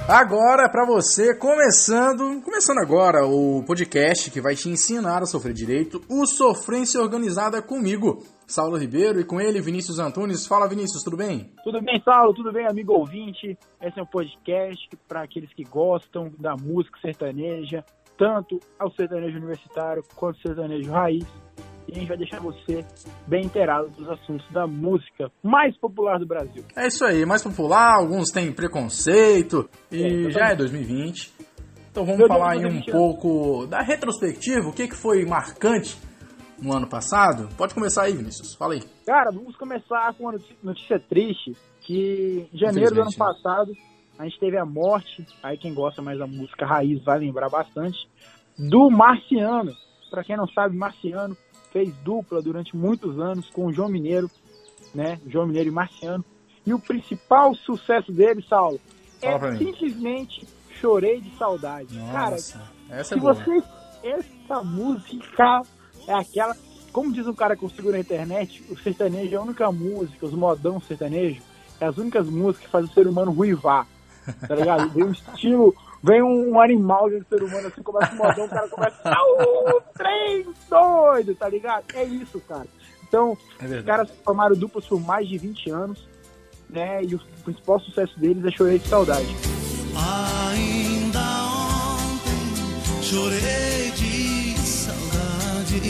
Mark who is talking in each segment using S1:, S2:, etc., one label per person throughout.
S1: Agora, pra você, começando agora o podcast que vai te ensinar a sofrer direito, o Sofrência Organizada comigo, Saulo Ribeiro, e com ele, Vinícius Antunes. Fala, Vinícius, tudo bem?
S2: Tudo bem, Saulo? Tudo bem, amigo ouvinte? Esse é um podcast para aqueles que gostam da música sertaneja, tanto ao sertanejo universitário quanto ao sertanejo raiz. E a gente vai deixar você bem inteirado dos assuntos da música mais popular do Brasil.
S1: É isso aí, mais popular, alguns têm preconceito, e já é 2020. Então vamos falar aí um pouco da retrospectiva, o que foi marcante no ano passado. Pode começar aí, Vinícius, fala aí.
S2: Cara, vamos começar com uma notícia triste, que em janeiro do ano passado a gente teve a morte, aí quem gosta mais da música raiz vai lembrar bastante, do Marciano. Pra quem não sabe, Marciano fez dupla durante muitos anos com o João Mineiro, né? João Mineiro e Marciano. E o principal sucesso dele, Saulo, simplesmente Chorei de Saudade.
S1: Nossa,
S2: cara,
S1: essa
S2: se
S1: é boa.
S2: essa música é aquela, como diz um cara que eu sigo na internet, o sertanejo é a única música, os modão sertanejo, é as únicas músicas que fazem o ser humano ruivar, tá ligado? Vem um estilo, vem um animal do ser humano, assim, começa um modão, o cara começa, 3, 2, tá ligado? É isso, cara. Então, os caras formaram duplas por mais de 20 anos, né? E o principal sucesso deles é Chorei de Saudade.
S3: Ainda ontem chorei de saudade.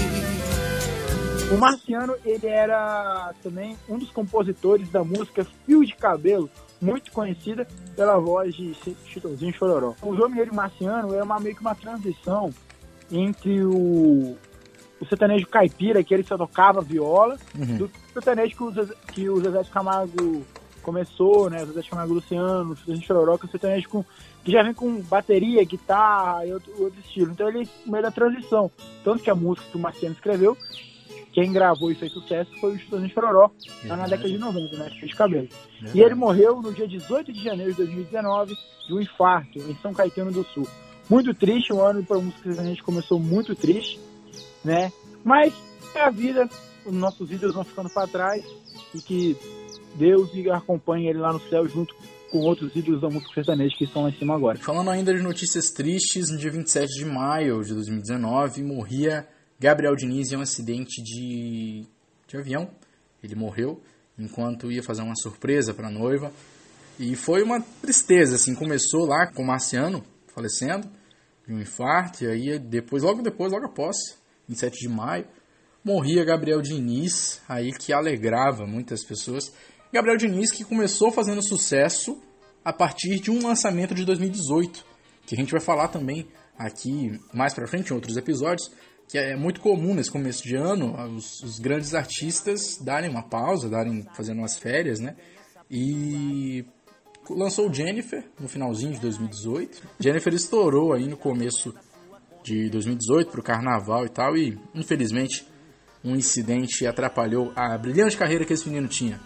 S2: O Marciano, ele era também um dos compositores da música Fio de Cabelo, muito conhecida pela voz de Chitãozinho e Chororó. O João Mineiro e Marciano é meio que uma transição entre o sertanejo caipira, que ele só tocava viola, do sertanejo que o Zezé de Camargo começou, né? O Zezé de Camargo Luciano, o Chitãozinho e Chororó, que é um sertanejo que já vem com bateria, guitarra e outro estilo. Então ele é no meio da transição. Tanto que a música que o Marciano escreveu, quem gravou e fez sucesso foi o Chitãozinho e Chororó, lá na década de 90, né? Fio de Cabelo. E ele morreu no dia 18 de janeiro de 2019 de um infarto em São Caetano do Sul. Muito triste, um ano para a música que a gente começou muito triste, né? Mas é a vida, os nossos ídolos vão ficando para trás e que Deus acompanhe ele lá no céu junto com outros ídolos da música sertaneja que estão lá em cima agora.
S1: Falando ainda de notícias tristes, no dia 27 de maio de 2019 morria Gabriel Diniz em um acidente de avião. Ele morreu enquanto ia fazer uma surpresa para a noiva. E foi uma tristeza, assim, começou lá com o Marciano falecendo de um infarto, e aí logo após, 27 de maio, morria Gabriel Diniz, aí que alegrava muitas pessoas. Gabriel Diniz que começou fazendo sucesso a partir de um lançamento de 2018, que a gente vai falar também aqui mais pra frente em outros episódios, que é muito comum nesse começo de ano os grandes artistas darem uma pausa, fazendo umas férias, né? E lançou Jennifer no finalzinho de 2018. Jennifer estourou aí no começo de 2018 pro carnaval e tal, e infelizmente um incidente atrapalhou a brilhante carreira que esse menino tinha.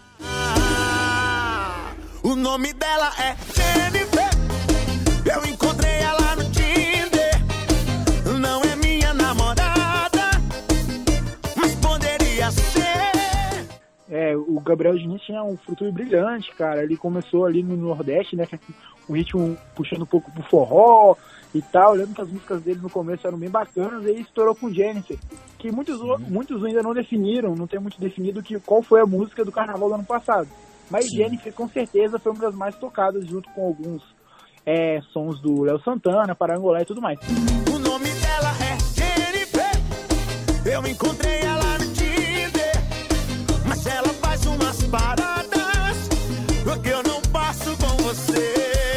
S3: O nome dela é Jennifer. Eu encontrei ela no Tinder. Não é minha namorada, mas poderia ser.
S2: O Gabriel Diniz tinha um futuro brilhante, cara. Ele começou ali no Nordeste, né? O ritmo puxando um pouco pro forró e tal. Eu lembro que as músicas dele no começo eram bem bacanas. E aí estourou com Jennifer, que muitos ainda não definiram, não tem muito definido qual foi a música do carnaval do ano passado. Mas Jennifer, com certeza, foi uma das mais tocadas, junto com alguns sons do Léo Santana, Parangolé e tudo mais.
S3: O nome dela é Jennifer. Eu encontrei ela no Tinder, mas ela faz umas paradas que eu não passo com você.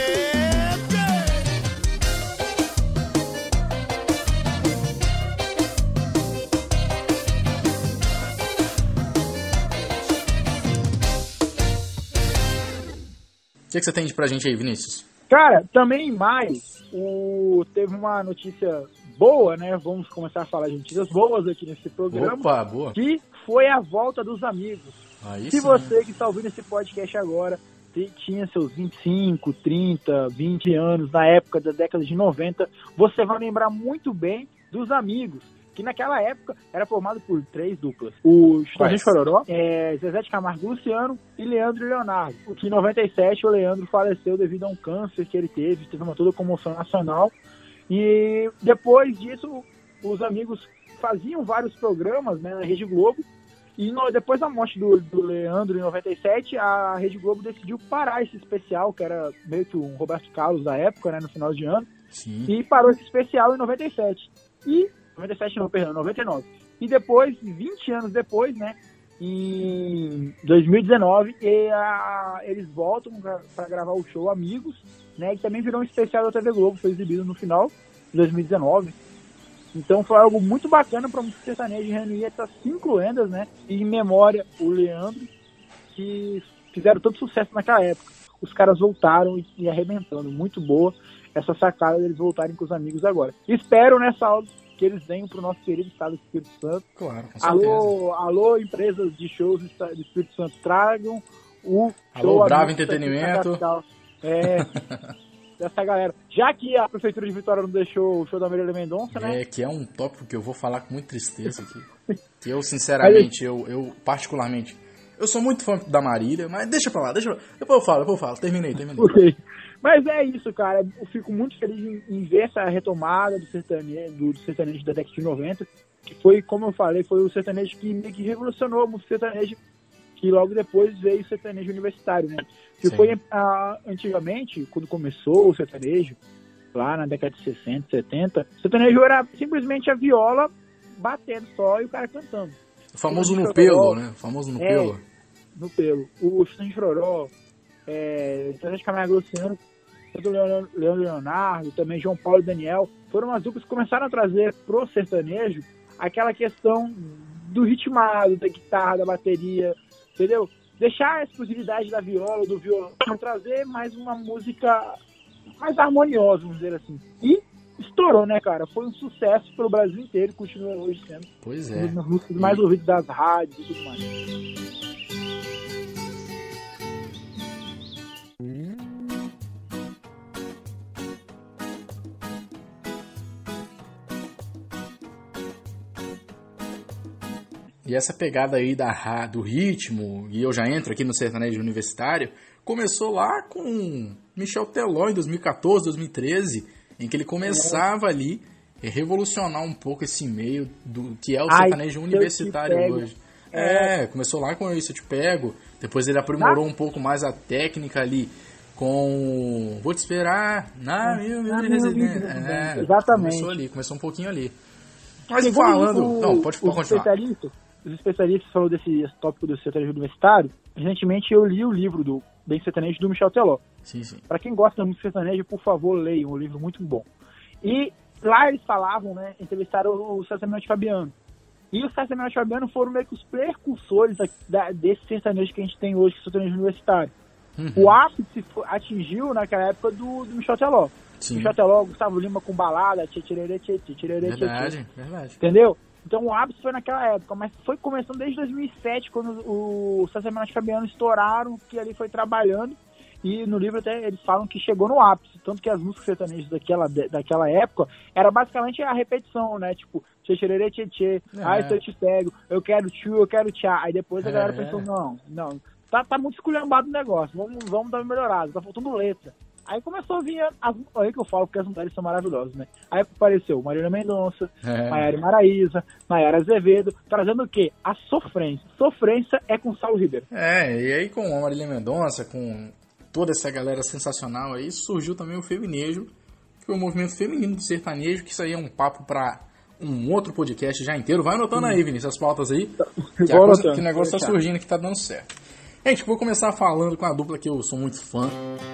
S1: O que você tem pra gente aí, Vinícius?
S2: Cara, também em maio, teve uma notícia boa, né? Vamos começar a falar de notícias boas aqui nesse programa.
S1: Opa, boa.
S2: Que foi a volta dos amigos.
S1: Aí
S2: Se
S1: sim.
S2: você que está ouvindo esse podcast agora tinha seus 25, 30, 20 anos na época da década de 90, você vai lembrar muito bem dos Amigos, que naquela época era formado por 3 duplas. O Chitãozinho Chororó, Zezé de Camargo e Luciano e Leandro e Leonardo. Que em 97 o Leandro faleceu devido a um câncer que ele teve uma toda comoção nacional. E depois disso, os amigos faziam vários programas, né, na Rede Globo. E depois da morte do Leandro em 97, a Rede Globo decidiu parar esse especial, que era meio que um Roberto Carlos da época, né, no final de ano.
S1: Sim.
S2: E parou esse especial em 97. 99. E depois, 20 anos depois, né, em 2019, eles voltam para gravar o show Amigos, né, que também virou um especial da TV Globo, foi exibido no final de 2019. Então foi algo muito bacana para o música sertaneja reunir essas 5 lendas, né, e em memória o Leandro, que fizeram todo sucesso naquela época. Os caras voltaram e arrebentando, muito boa essa sacada deles voltarem com os amigos agora. Espero nessa aula que eles venham para o nosso querido estado do Espírito Santo.
S1: Claro, com certeza.
S2: Alô, empresas de shows do Espírito Santo, tragam o
S1: show. Alô, Bravo Entretenimento.
S2: Dessa galera. Já que a Prefeitura de Vitória não deixou o show da Marília Mendonça, né?
S1: Que é um tópico que eu vou falar com muita tristeza aqui. Que eu, sinceramente, eu particularmente, eu sou muito fã da Marília, mas deixa pra lá. Depois eu falo. Terminei.
S2: Okay. Mas é isso, cara. Eu fico muito feliz em ver essa retomada do sertanejo da década de 90, que foi, como eu falei, foi o sertanejo que meio que revolucionou a música sertaneja, que logo depois veio o sertanejo universitário, né? Que foi antigamente, quando começou o sertanejo, lá na década de 60, 70, o sertanejo era simplesmente a viola batendo só e o cara cantando.
S1: O famoso no pelo, né? O famoso no pelo.
S2: No pelo. O Chitãozinho Chororó, Zezé de Camargo e Luciano, o Leandro Leonardo, também João Paulo e Daniel, foram as duplas que começaram a trazer pro sertanejo aquela questão do ritmado, da guitarra, da bateria, entendeu? Deixar a exclusividade da viola, do violão, trazer mais uma música mais harmoniosa, vamos dizer assim. E estourou, né, cara? Foi um sucesso pelo Brasil inteiro e continua hoje sendo.
S1: Pois é.
S2: Uma das músicas mais ouvidas das rádios e tudo mais.
S1: E essa pegada aí do ritmo, e eu já entro aqui no sertanejo universitário, começou lá com Michel Teló em 2014, 2013, em que ele começava ali a revolucionar um pouco esse meio do que é o sertanejo universitário hoje. Começou lá com Isso Eu Te Pego, depois ele aprimorou um pouco mais a técnica ali com Vou Te Esperar na minha residência.
S2: Exatamente.
S1: Começou um pouquinho ali. Mas falando... pode continuar.
S2: Os especialistas falam desse tópico do sertanejo universitário. Recentemente eu li o livro do Bem Sertanejo do Michel Teló.
S1: Sim.
S2: Para quem gosta da música sertaneja, por favor, leiam, um livro muito bom. E lá eles falavam, né, entrevistaram o César Menotti e Fabiano. E o César Menotti e Fabiano foram meio que os precursores desse sertanejo que a gente tem hoje, que é o sertanejo universitário. O ápice atingiu naquela época do Michel Teló.
S1: Sim.
S2: Michel Teló, Gustavo Lima com balada,
S1: Verdade.
S2: Entendeu? Então o ápice foi naquela época, mas foi começando desde 2007, quando o César Menotti e Fabiano estouraram, que ali foi trabalhando, e no livro até eles falam que chegou no ápice, tanto que as músicas sertanejas daquela época era basicamente a repetição, né, tipo, tchê, se eu te pego, eu quero tchu, eu quero tchá, aí depois a galera pensou, não, tá muito esculhambado o negócio, vamos dar uma melhorada, tá faltando letra. Aí começou a vir, aí que eu falo, porque as mulheres são maravilhosas, né? Aí apareceu Marília Mendonça, Maiara e Maraísa, Nayara Azevedo, trazendo o quê? A sofrência. Sofrência é com Saulo Ribeiro.
S1: E aí com a Marília Mendonça, com toda essa galera sensacional aí, surgiu também o feminejo, que foi o movimento feminino do sertanejo, que isso aí é um papo pra um outro podcast já inteiro. Vai anotando aí, Vinícius, as pautas aí, que o negócio tá surgindo, que tá dando certo. Gente, vou começar falando com a dupla que eu sou muito fã.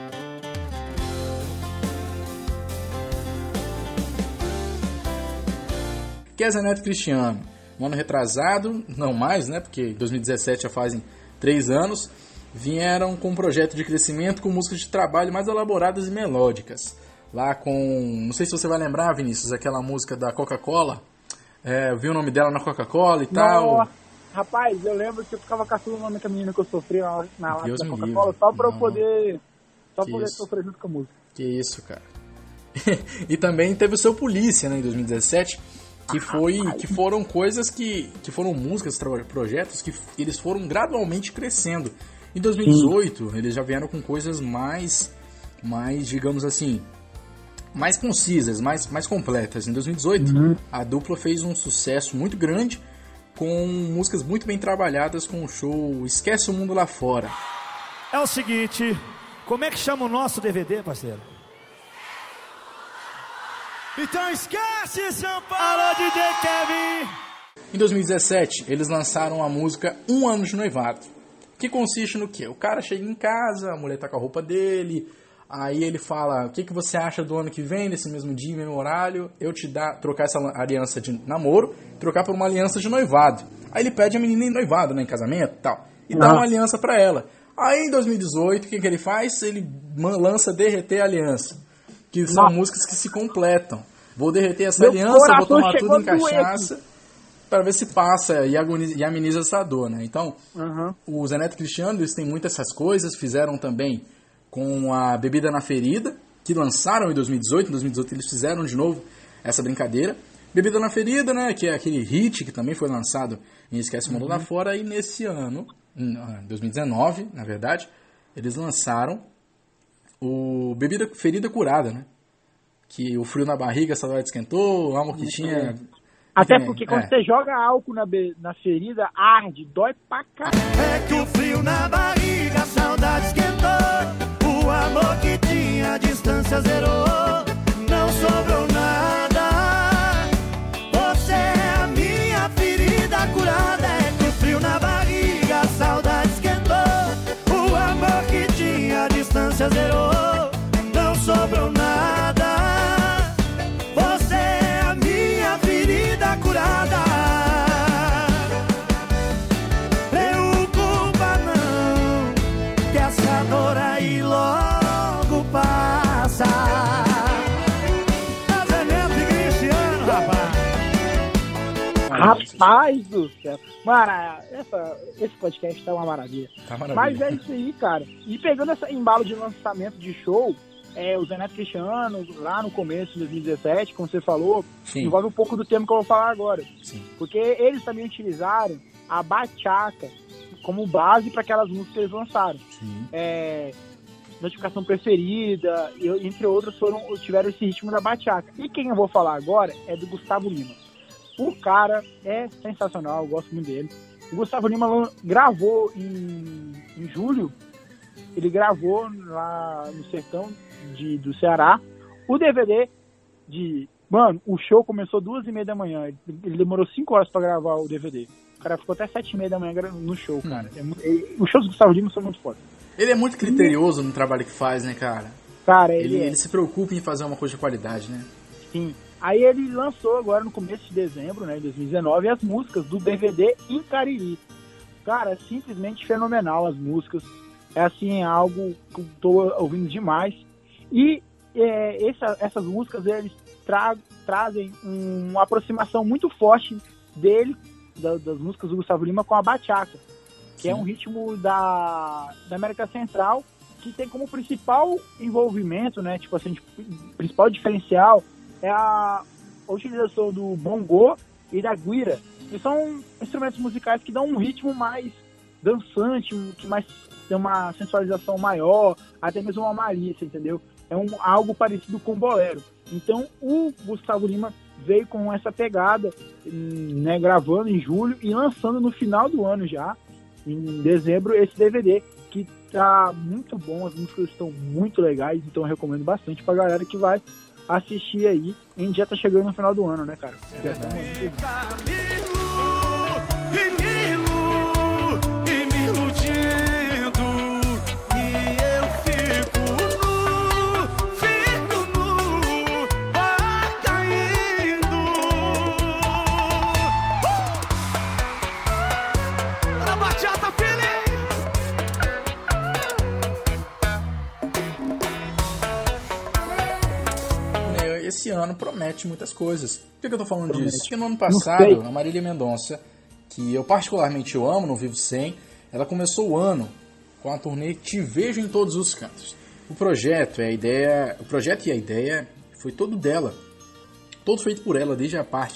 S1: Que é Zé Neto e Cristiano. Um ano retrasado, não mais, né? Porque em 2017 já fazem 3 anos. Vieram com um projeto de crescimento com músicas de trabalho mais elaboradas e melódicas. Lá com... Não sei se você vai lembrar, Vinícius, aquela música da Coca-Cola. Eu vi o nome dela na Coca-Cola e tal.
S2: Rapaz, eu lembro que eu ficava caçando o nome da menina que eu sofri na lata da Coca-Cola só pra eu poder sofrer junto com a música.
S1: Que isso, cara. E também teve o seu Polícia, né, em 2017, que foram coisas que foram músicas, projetos que eles foram gradualmente crescendo. Em 2018, eles já vieram com coisas mais digamos assim, mais concisas, mais completas. Em 2018, a dupla fez um sucesso muito grande com músicas muito bem trabalhadas com o show Esquece o Mundo Lá Fora.
S4: É o seguinte, como é que chama o nosso DVD, parceiro? Então esquece, São Paulo! Alô, DJ Kevin!
S1: Em 2017, eles lançaram a música Um Ano de Noivado, que consiste no quê? O cara chega em casa, a mulher tá com a roupa dele, aí ele fala, o que você acha do ano que vem, nesse mesmo dia, mesmo horário, eu te trocar essa aliança de namoro, trocar por uma aliança de noivado. Aí ele pede a menina em noivado, né, em casamento e tal, e dá uma aliança pra ela. Aí em 2018, o que ele faz? Ele lança Derreter a Aliança, que são músicas que se completam. Vou derreter essa aliança, vou tomar tudo em cachaça, para ver se passa e ameniza essa dor, né? Então, o Zé Neto e Cristiano, eles têm muitas essas coisas, fizeram também com a Bebida na Ferida, que lançaram em 2018. Em 2018 eles fizeram de novo essa brincadeira. Bebida na Ferida, né, que é aquele hit que também foi lançado em Esquece o Mundo Lá Fora. E nesse ano, em 2019, na verdade, eles lançaram o Bebida Ferida Curada, né? Que o frio na barriga, a saudade esquentou, o amor que tinha...
S2: Até porque quando você joga álcool na ferida, arde, dói pra caralho.
S3: É que o frio na barriga, a saudade esquentou, o amor que tinha, a distância zerou, não sobrou nada. Você é a minha ferida curada. É que o frio na barriga, a saudade esquentou, o amor que tinha, a distância zerou, não sobrou nada. Curada, preocupa não, que essa dor aí logo passa. Zé Neto e Cristiano,
S2: Rapaz do céu. Mano, esse podcast tá uma maravilha.
S1: Tá maravilha.
S2: Mas é isso aí, cara. E pegando essa embalo de lançamento de show, o Zé Neto Cristiano, lá no começo de 2017, como você falou, envolve um pouco do tema que eu vou falar agora. Sim. Porque eles também utilizaram a bachaca como base para aquelas músicas que eles lançaram. Notificação Preferida, entre outras, tiveram esse ritmo da bachaca. E quem eu vou falar agora é do Gustavo Lima. O cara é sensacional, eu gosto muito dele. O Gustavo Lima gravou em julho, ele gravou lá no sertão do Ceará o DVD de... Mano, o show começou 2h30 da manhã. Ele demorou 5 horas pra gravar o DVD. O cara ficou até 7h30 da manhã no show, cara. Os shows do Gustavo Lima são muito fodas.
S1: Ele é muito criterioso no trabalho que faz, né, cara?
S2: Cara,
S1: ele se preocupa em fazer uma coisa de qualidade, né?
S2: Sim. Aí ele lançou agora no começo de dezembro, né, de 2019, as músicas do DVD em Cariri. Cara, simplesmente fenomenal as músicas. É assim, algo que eu tô ouvindo demais. E essas músicas, eles trazem uma aproximação muito forte dele, das músicas do Gustavo Lima, com a bachaca, que é um ritmo da América Central, que tem como principal envolvimento, né, tipo assim, principal diferencial é a utilização do bongô e da guira, que são instrumentos musicais que dão um ritmo mais dançante, que mais tem uma sensualização maior, até mesmo uma malícia, entendeu? É algo parecido com bolero. Então o Gustavo Lima veio com essa pegada, né, gravando em julho e lançando no final do ano já, em dezembro, esse DVD, que tá muito bom, as músicas estão muito legais, então eu recomendo bastante pra galera que vai assistir aí. A gente já tá chegando no final do ano, né, cara?
S1: Esse ano promete muitas coisas. Por que eu tô falando disso? Porque no ano passado, a Marília Mendonça, que eu particularmente amo, não vivo sem, ela começou o ano com a turnê Te Vejo em Todos os Cantos. O projeto e a ideia foi todo dela. Todo feito por ela, desde a parte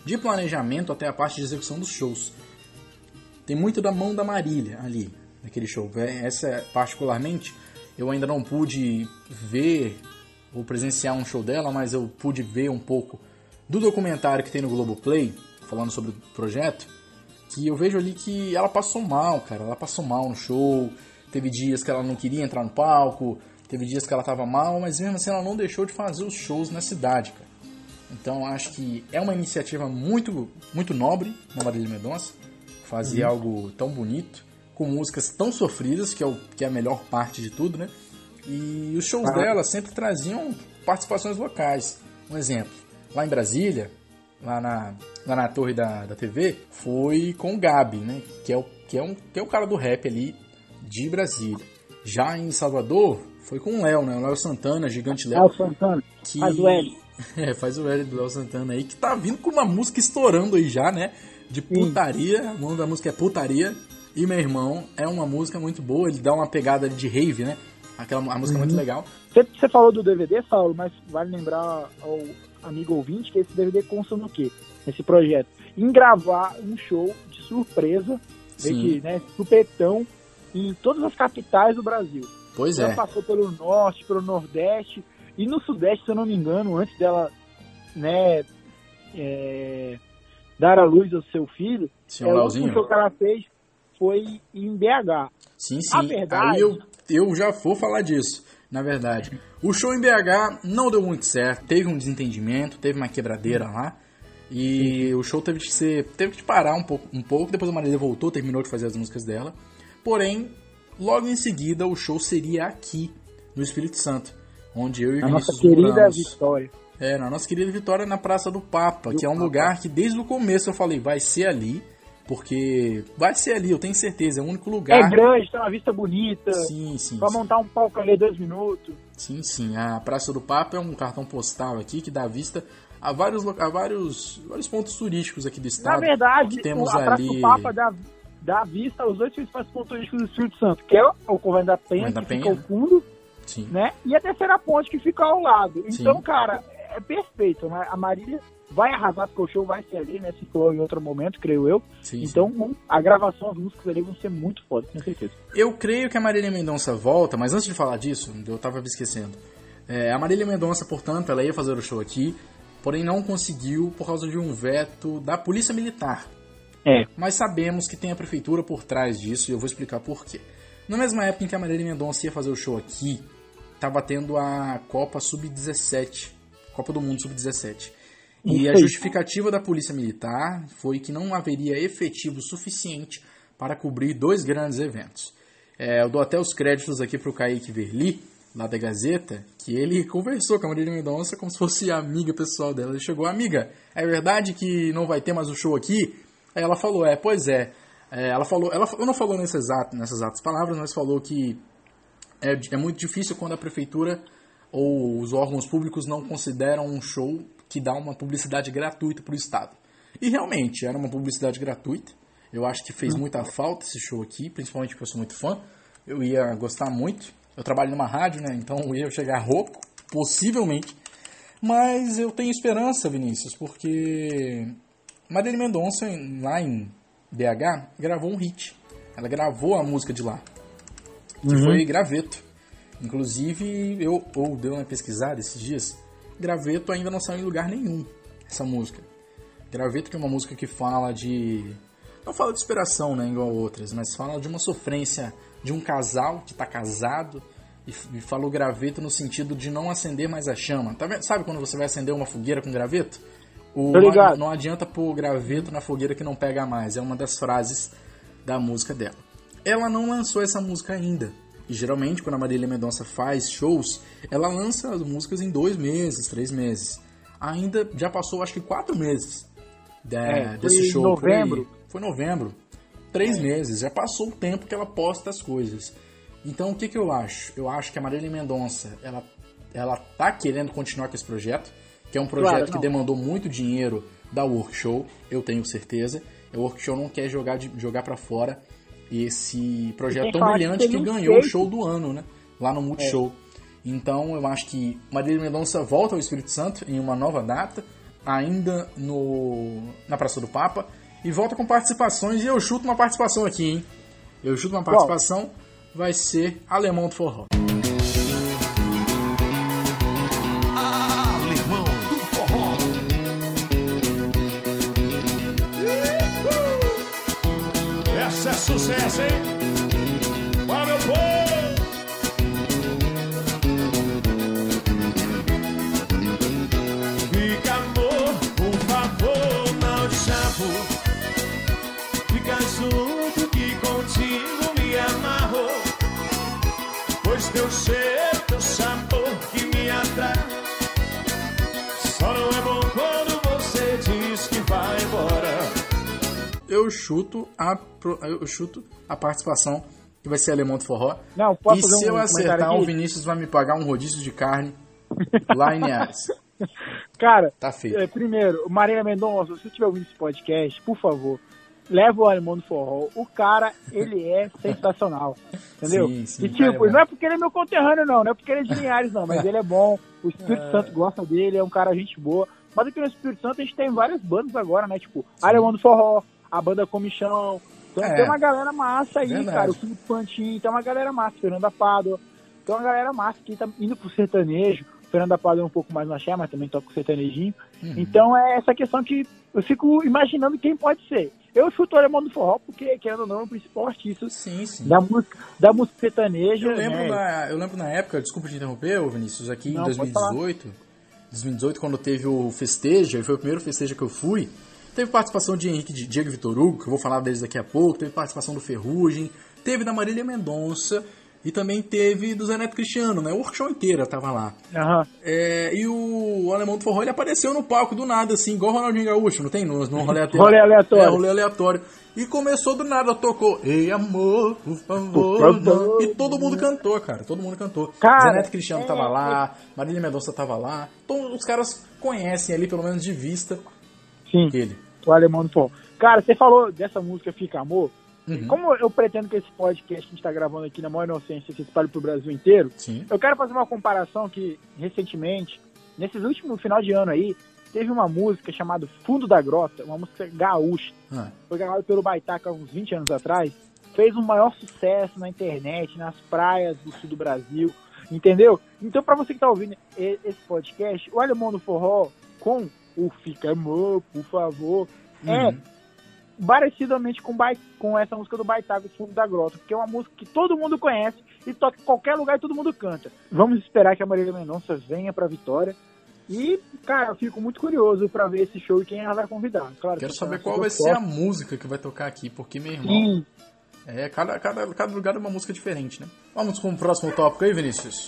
S1: de planejamento até a parte de execução dos shows. Tem muito da mão da Marília ali, naquele show. Essa, particularmente, eu ainda não pude ver ou presenciar um show dela, mas eu pude ver um pouco do documentário que tem no Globoplay, falando sobre o projeto, que eu vejo ali que ela passou mal, cara. Ela passou mal no show, teve dias que ela não queria entrar no palco, teve dias que ela tava mal, mas mesmo assim ela não deixou de fazer os shows na cidade, cara. Então acho que é uma iniciativa muito, muito nobre na Marília Mendonça, fazer algo tão bonito, com músicas tão sofridas, que é a melhor parte de tudo, né? E os shows dela sempre traziam participações vocais. Um exemplo, lá em Brasília, lá na torre da TV, foi com o Gabi, né? Que é o cara do rap ali de Brasília. Já em Salvador, foi com o Léo, né? O Léo Santana, Gigante Léo.
S2: Léo Santana,
S1: que...
S2: faz o L.
S1: Faz o L do Léo Santana aí, que tá vindo com uma música estourando aí já, né? De putaria, o nome da música é Putaria. E Meu Irmão é uma música muito boa, ele dá uma pegada de rave, né? A música é muito legal.
S2: Você falou do DVD, Saulo, mas vale lembrar ao amigo ouvinte que esse DVD consta no quê? Nesse projeto. Em gravar um show de surpresa, que, né, supetão, em todas as capitais do Brasil.
S1: Pois
S2: ela passou pelo Norte, pelo Nordeste, e no Sudeste, se eu não me engano, antes dela, né, dar à luz ao seu filho, o último show que ela fez foi em BH.
S1: Sim.
S2: A verdade...
S1: Aí eu já vou falar disso, na verdade. O show em BH não deu muito certo, teve um desentendimento, teve uma quebradeira lá, e o show teve que parar um pouco, depois a Marília voltou, terminou de fazer as músicas dela. Porém, logo em seguida, o show seria aqui, no Espírito Santo, onde eu e Vinícius
S2: Vitória.
S1: Na nossa querida Vitória, na Praça do Papa, que é um lugar que desde o começo eu falei, vai ser ali, porque vai ser ali, eu tenho certeza, é o único lugar...
S2: É grande, tem uma vista bonita,
S1: sim,
S2: pra montar um palco ali 2 minutos.
S1: Sim, a Praça do Papa é um cartão postal aqui que dá vista a vários pontos turísticos aqui do estado.
S2: Na verdade,
S1: temos
S2: a Praça do Papa dá vista aos 2 principais pontos turísticos do Espírito Santo, que é o Convento da Penha, fica ao fundo, né? E a Terceira Ponte, que fica ao lado. Então, cara, é perfeito, né? A Marília vai arrasar, porque o show vai ser ali, né? Se for em outro momento, creio eu. Então, a gravação, as músicas ali vão ser muito fodas, com certeza.
S1: Eu creio que a Marília Mendonça volta, mas antes de falar disso, eu tava me esquecendo. A Marília Mendonça, portanto, ela ia fazer o show aqui, porém não conseguiu por causa de um veto da Polícia Militar. Mas sabemos que tem a prefeitura por trás disso, e eu vou explicar por quê. Na mesma época em que a Marília Mendonça ia fazer o show aqui, estava tendo a Copa Sub-17, Copa do Mundo Sub-17. E a justificativa da Polícia Militar foi que não haveria efetivo suficiente para cobrir 2 grandes eventos. Eu dou até os créditos aqui para o Kaique Verli, lá da Gazeta, que ele conversou com a Marília Mendonça como se fosse a amiga pessoal dela. Ele chegou, amiga, é verdade que não vai ter mais o show aqui? Aí ela falou, pois é. Ela não falou nessas exatas palavras, mas falou que é muito difícil quando a prefeitura ou os órgãos públicos não consideram um show que dá uma publicidade gratuita para o Estado. E realmente, era uma publicidade gratuita. Eu acho que fez muita falta esse show aqui, principalmente porque eu sou muito fã. Eu ia gostar muito. Eu trabalho numa rádio, né? Então eu ia chegar rouco, possivelmente. Mas eu tenho esperança, Vinícius, porque Marília Mendonça, lá em BH, gravou um hit. Ela gravou a música de lá, que foi Graveto. Inclusive, eu dei uma pesquisada esses dias. Graveto ainda não saiu em lugar nenhum, essa música. Graveto, que é uma música que fala de... Não fala de inspiração, né, igual outras, mas fala de uma sofrência de um casal que está casado e fala o graveto no sentido de não acender mais a chama. Tá vendo? Sabe quando você vai acender uma fogueira com graveto? Não adianta pôr graveto na fogueira que não pega mais. É uma das frases da música dela. Ela não lançou essa música ainda. E geralmente, quando a Marília Mendonça faz shows, ela lança as músicas em 2 meses, 3 meses. Ainda já passou, acho que 4 meses desse show.
S2: Novembro.
S1: Foi novembro. 3 meses. Já passou o tempo que ela posta as coisas. Então, o que eu acho? Eu acho que a Marília Mendonça, ela tá querendo continuar com esse projeto, que é um projeto que demandou muito dinheiro da Workshow, eu tenho certeza. A Workshow não quer jogar pra fora esse projeto tão brilhante que ganhou o show do ano, né? Lá no Multishow. Então, eu acho que Marília Mendonça volta ao Espírito Santo em uma nova data, ainda na Praça do Papa. E volta com participações. E eu chuto uma participação aqui, hein? Eu chuto uma participação. Vai ser Alemão do Forró.
S3: Alemão do Forró. Essa é sucesso, hein? Para meu povo! Fica, amor, por favor, não te chamo. Fica junto que contigo me amarro. Pois teu cheiro, teu sabor que me atrai. Só não é bom quando você diz que vai embora.
S1: Eu chuto a participação que vai ser Alemão do Forró.
S2: Não, posso
S1: e
S2: fazer
S1: se eu acertar,
S2: aqui?
S1: o Vinícius vai me pagar um rodízio de carne lá em Niares.
S2: Cara,
S1: Tá feito.
S2: Primeiro, Marília Mendonça, se você estiver ouvindo esse podcast, por favor, leva o Alemão do Forró. O cara, ele é sensacional, entendeu?
S1: Sim,
S2: e tipo,
S1: é
S2: não é porque ele é meu conterrâneo, não é porque ele é de Linhares, não, mas ele é bom, o Espírito Santo gosta dele, é um cara gente boa. Mas aqui no Espírito Santo a gente tem várias bandas agora, né? Tipo, Alemão do Forró, a banda Comichão. Então tem uma galera massa aí,
S1: verdade.
S2: cara. O Filipe Pantin, tem uma galera massa. Fernanda Pádua, tem uma galera massa que tá indo pro sertanejo. Fernanda Pádua é um pouco mais na axé, mas também toca o sertanejinho. Então é essa questão que eu fico imaginando quem pode ser. Eu chuto o Alemão do Forró porque, querendo ou não, é o principal artista da música sertaneja.
S1: Eu lembro na época, desculpa te interromper, Vinícius, aqui em 2018, quando teve o Festeja, foi o primeiro Festeja que eu fui, teve participação de Diego Vitor Hugo, que eu vou falar deles daqui a pouco, teve participação do Ferrugem, teve da Marília Mendonça, e também teve do Zé Neto Cristiano, né? O workshop inteiro tava lá. E o Alemão do Forró, ele apareceu no palco do nada, assim, igual o Ronaldinho Gaúcho, não tem? No rolê aleatório. Rolê aleatório. E começou do nada, tocou Ei, amor, por favor, não. E todo mundo cantou, cara. Todo mundo cantou. Zé Neto Cristiano tava lá, Marília Mendonça tava lá. Todos os caras conhecem ali, pelo menos de vista, ele.
S2: O Alemão do Forró. Cara, você falou dessa música Fica Amor. Como eu pretendo que esse podcast que a gente está gravando aqui na maior inocência se espalhe pro Brasil inteiro, eu quero fazer uma comparação que, recentemente, nesses últimos final de ano aí, teve uma música chamada Fundo da Grota, uma música gaúcha. Foi gravada pelo Baitaca há uns 20 anos atrás. Fez um maior sucesso na internet, nas praias do sul do Brasil, entendeu? Então, para você que tá ouvindo esse podcast, o Alemão do Forró com o Fica Amor, por favor, parecidamente com essa música do Baitaca, Fundo da Grota, porque é uma música que todo mundo conhece e toca em qualquer lugar e todo mundo canta. Vamos esperar que a Marília Mendonça venha pra Vitória e, cara, eu fico muito curioso pra ver esse show e quem ela vai convidar. Claro,
S1: quero saber qual vai ser a música que vai tocar aqui, porque, meu irmão, cada lugar é uma música diferente, né? Vamos com o próximo tópico aí, Vinícius?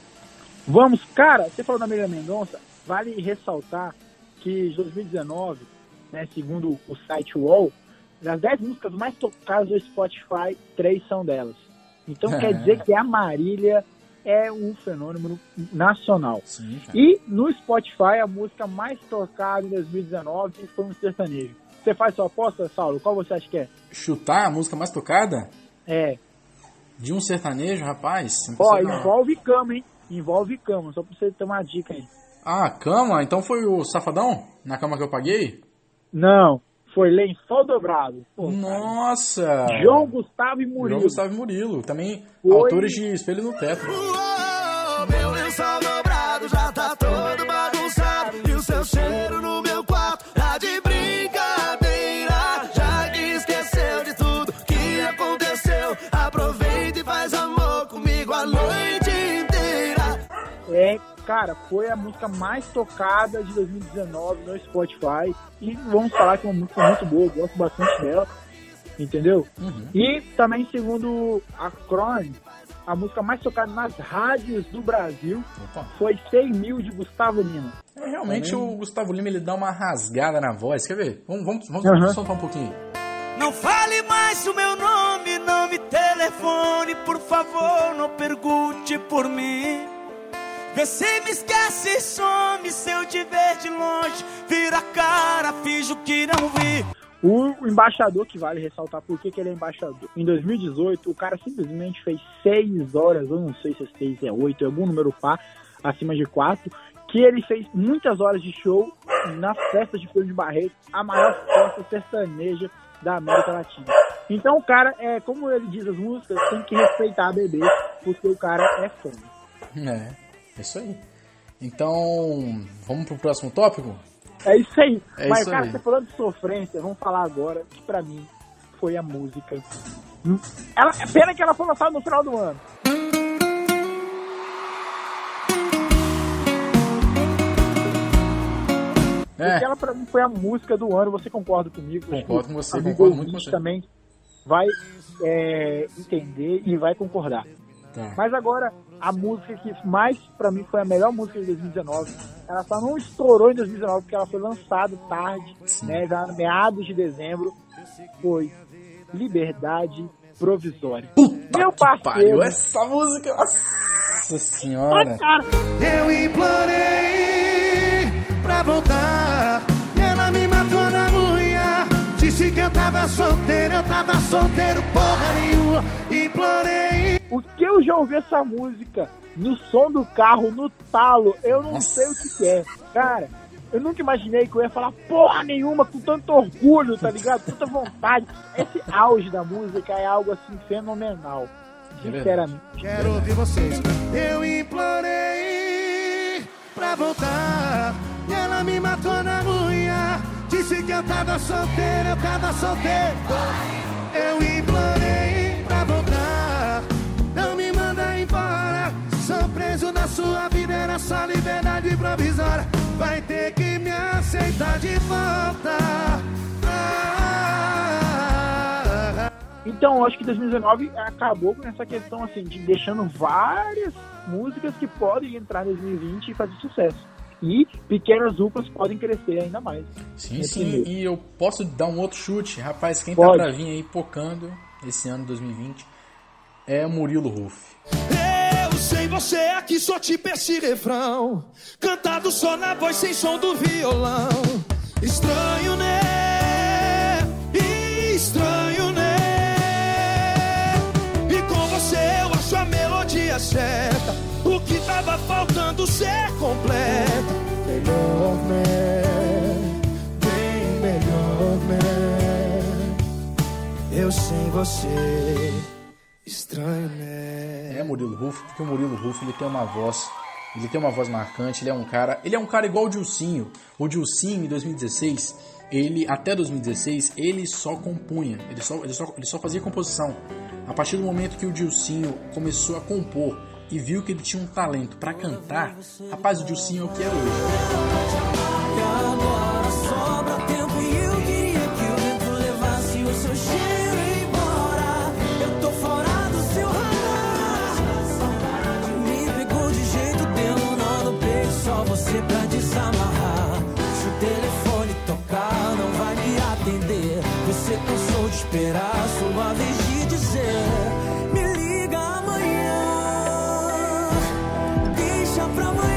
S2: Vamos, cara, você falou da Marília Mendonça, vale ressaltar que em 2019, né, segundo o site UOL, das 10 músicas mais tocadas do Spotify, 3 são delas. Então quer dizer que a Marília é um fenômeno nacional.
S1: Sim,
S2: e no Spotify, a música mais tocada em 2019 foi um sertanejo. Você faz sua aposta, Saulo? Qual você acha que é?
S1: Chutar a música mais tocada?
S2: É.
S1: De um sertanejo, rapaz?
S2: Envolve cama, hein? Envolve cama, só pra você ter uma dica aí.
S1: Ah, cama? Então foi o Safadão? Na cama que eu paguei?
S2: Não, foi Lençol Dobrado. Pô,
S1: nossa!
S2: Cara. João Gustavo e
S1: Murilo. Também autores de Espelho no Teto.
S3: Meu lençol dobrado já tá todo bagunçado. E o seu cheiro no meu quarto tá de brincadeira. Já que esqueceu de tudo que aconteceu, aproveita e faz amor comigo a noite inteira.
S2: Cara, foi a música mais tocada de 2019 no Spotify. E vamos falar que é uma música muito boa, eu gosto bastante dela, entendeu? E também, segundo a Chrome, a música mais tocada nas rádios do Brasil foi 100 Mil de Gustavo Lima.
S1: Realmente o Gustavo Lima, ele dá uma rasgada na voz, quer ver? Vamos soltar um pouquinho.
S4: Não fale mais o meu nome, não me telefone, por favor, não pergunte por mim. Você me esquece e some, se eu te ver de longe, vira a cara, finjo que não vi.
S2: O embaixador, que vale ressaltar por que ele é embaixador. Em 2018, o cara simplesmente fez 6 horas, eu não sei se é 6, é 8, é algum número par, acima de 4, que ele fez muitas horas de show na festa de Pedro de Barreto, a maior festa sertaneja da América Latina. Então o cara, como ele diz as músicas, tem que respeitar a Bebê, porque o cara é fã.
S1: É isso aí. Então, vamos pro próximo tópico?
S2: É isso aí. Mas,
S1: isso
S2: cara,
S1: aí.
S2: você falando de sofrência, vamos falar agora que pra mim foi a música. Pena que ela foi lançada no final do ano. Porque ela pra mim foi a música do ano, você concorda comigo?
S1: Concordo com você,
S2: amigo
S1: concordo muito com
S2: ouvinte
S1: você.
S2: também vai entender e vai concordar.
S1: Tá.
S2: Mas agora, a música que mais pra mim foi a melhor música de 2019, ela só não estourou em 2019 porque ela foi lançada tarde, né, já meados de dezembro, foi Liberdade Provisória. Meu parceiro,
S1: essa música, nossa senhora.
S2: cara,
S3: Eu implorei pra voltar, ela me matou na unha. Disse que eu tava solteiro, porra nenhuma. Implorei.
S2: o que eu já ouvi essa música no som do carro, no talo, eu não sei o que é. Cara, eu nunca imaginei que eu ia falar porra nenhuma com tanto orgulho, tá ligado? Tanta vontade. Esse auge da música é algo assim fenomenal. Sinceramente.
S3: Quero ouvir vocês. Eu implorei pra voltar, e ela me matou na unha. Disse que eu tava solteiro. Eu implorei pra voltar, não me manda embora. Sou preso na sua vida, era só liberdade provisória. Vai ter que me aceitar de volta.
S2: Então, eu acho que 2019 acabou com essa questão assim, de deixando várias músicas que podem entrar em 2020 e fazer sucesso. E pequenas duplas podem crescer ainda mais.
S1: Sim, e eu posso dar um outro chute. Rapaz, quem
S2: Pode.
S1: tá pra vir aí pocando esse ano 2020 é o Murilo Huff.
S4: Eu sem você aqui só tipo esse refrão, cantado só na voz sem som do violão. Estranho, né? Estranho, né? E com você eu acho a melodia certa, o que tava faltando ser completo. Melhor, né? Bem melhor, né? Eu sem você. Estranho, né?
S1: É Murilo Huff, porque o Murilo Huff ele tem uma voz marcante, ele é um cara igual o Dilcinho. O Dilcinho em 2016, até 2016, ele só compunha, ele só fazia composição. A partir do momento que o Dilcinho começou a compor e viu que ele tinha um talento pra cantar, rapaz, o Dilcinho é o que é hoje.
S4: Agora sobra tempo e eu queria que o vento levasse o seu cheiro embora. Eu tô fora do seu radar. Me pegou de jeito, deu um nó no peito, só você pra desamarrar. Se o telefone tocar, não vai me atender. Você cansou de esperar sua vez de dizer: me liga amanhã, deixa pra amanhã.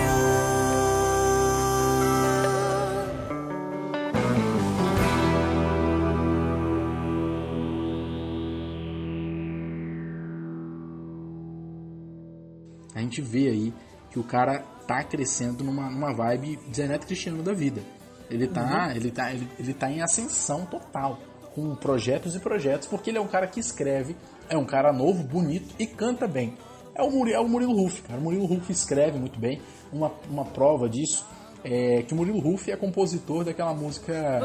S1: A gente vê aí que o cara tá crescendo numa vibe Zé Neto Cristiano da vida. Ele tá em ascensão total, com projetos e projetos, porque ele é um cara que escreve, é um cara novo, bonito e canta bem. É o Murilo Huff, cara. O Murilo Huff escreve muito bem. Uma prova disso é que o Murilo Huff é compositor daquela música...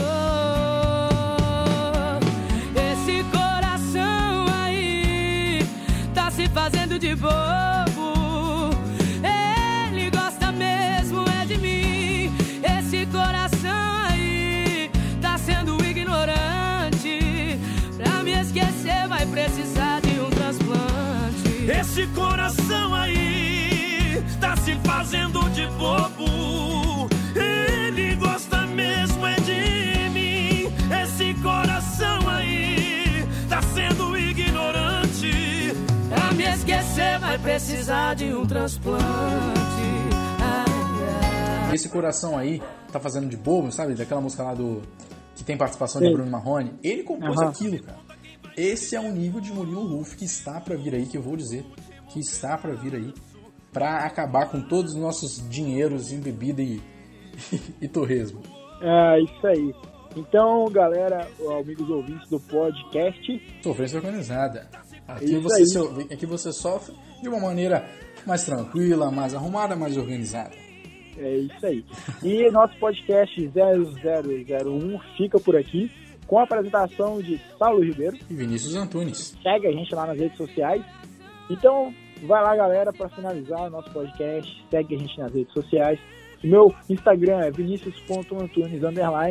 S4: Esse coração aí tá se fazendo de bobo. Ele gosta mesmo é de mim. Esse coração aí tá sendo ignorante. Pra me esquecer vai precisar de um transplante. Esse coração aí tá se fazendo de bobo. Ele gosta mesmo é de mim. Esse coração aí tá sendo ignorante. Pra me esquecer vai precisar de um transplante.
S1: Esse coração aí tá fazendo de bobo, sabe? Daquela música lá que tem participação de Bruno Marrone. Ele compôs aquilo, cara. Esse é um nível de Murilo Huff que está pra vir aí, que eu vou dizer que está pra vir aí. para acabar com todos os nossos dinheiros em bebida e torresmo.
S2: É isso aí. Então, galera, amigos ouvintes do podcast
S1: Sofrência Organizada. Aqui você sofre de uma maneira mais tranquila, mais arrumada, mais organizada.
S2: É isso aí. E nosso podcast 0001 fica por aqui, com a apresentação de Saulo Ribeiro
S1: e Vinícius Antunes.
S2: Segue a gente lá nas redes sociais. Então, vai lá, galera, para finalizar o nosso podcast. Segue a gente nas redes sociais. O meu Instagram é vinicius.antunes_.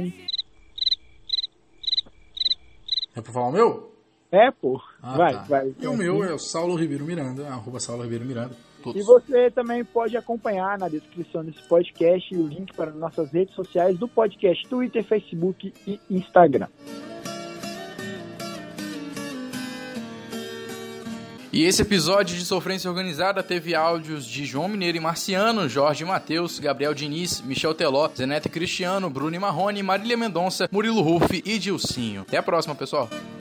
S1: É pra falar o meu?
S2: É, pô. Vai.
S1: E o meu é o Saulo Ribeiro Miranda, @Saulo Ribeiro Miranda.
S2: Todos. E você também pode acompanhar na descrição desse podcast o link para nossas redes sociais do podcast, Twitter, Facebook e Instagram.
S1: E esse episódio de Sofrência Organizada teve áudios de João Mineiro e Marciano, Jorge Matheus, Gabriel Diniz, Michel Teló, Zenete Cristiano, Bruno Marrone, Marília Mendonça, Murilo Ruff e Dilcinho. Até a próxima, pessoal!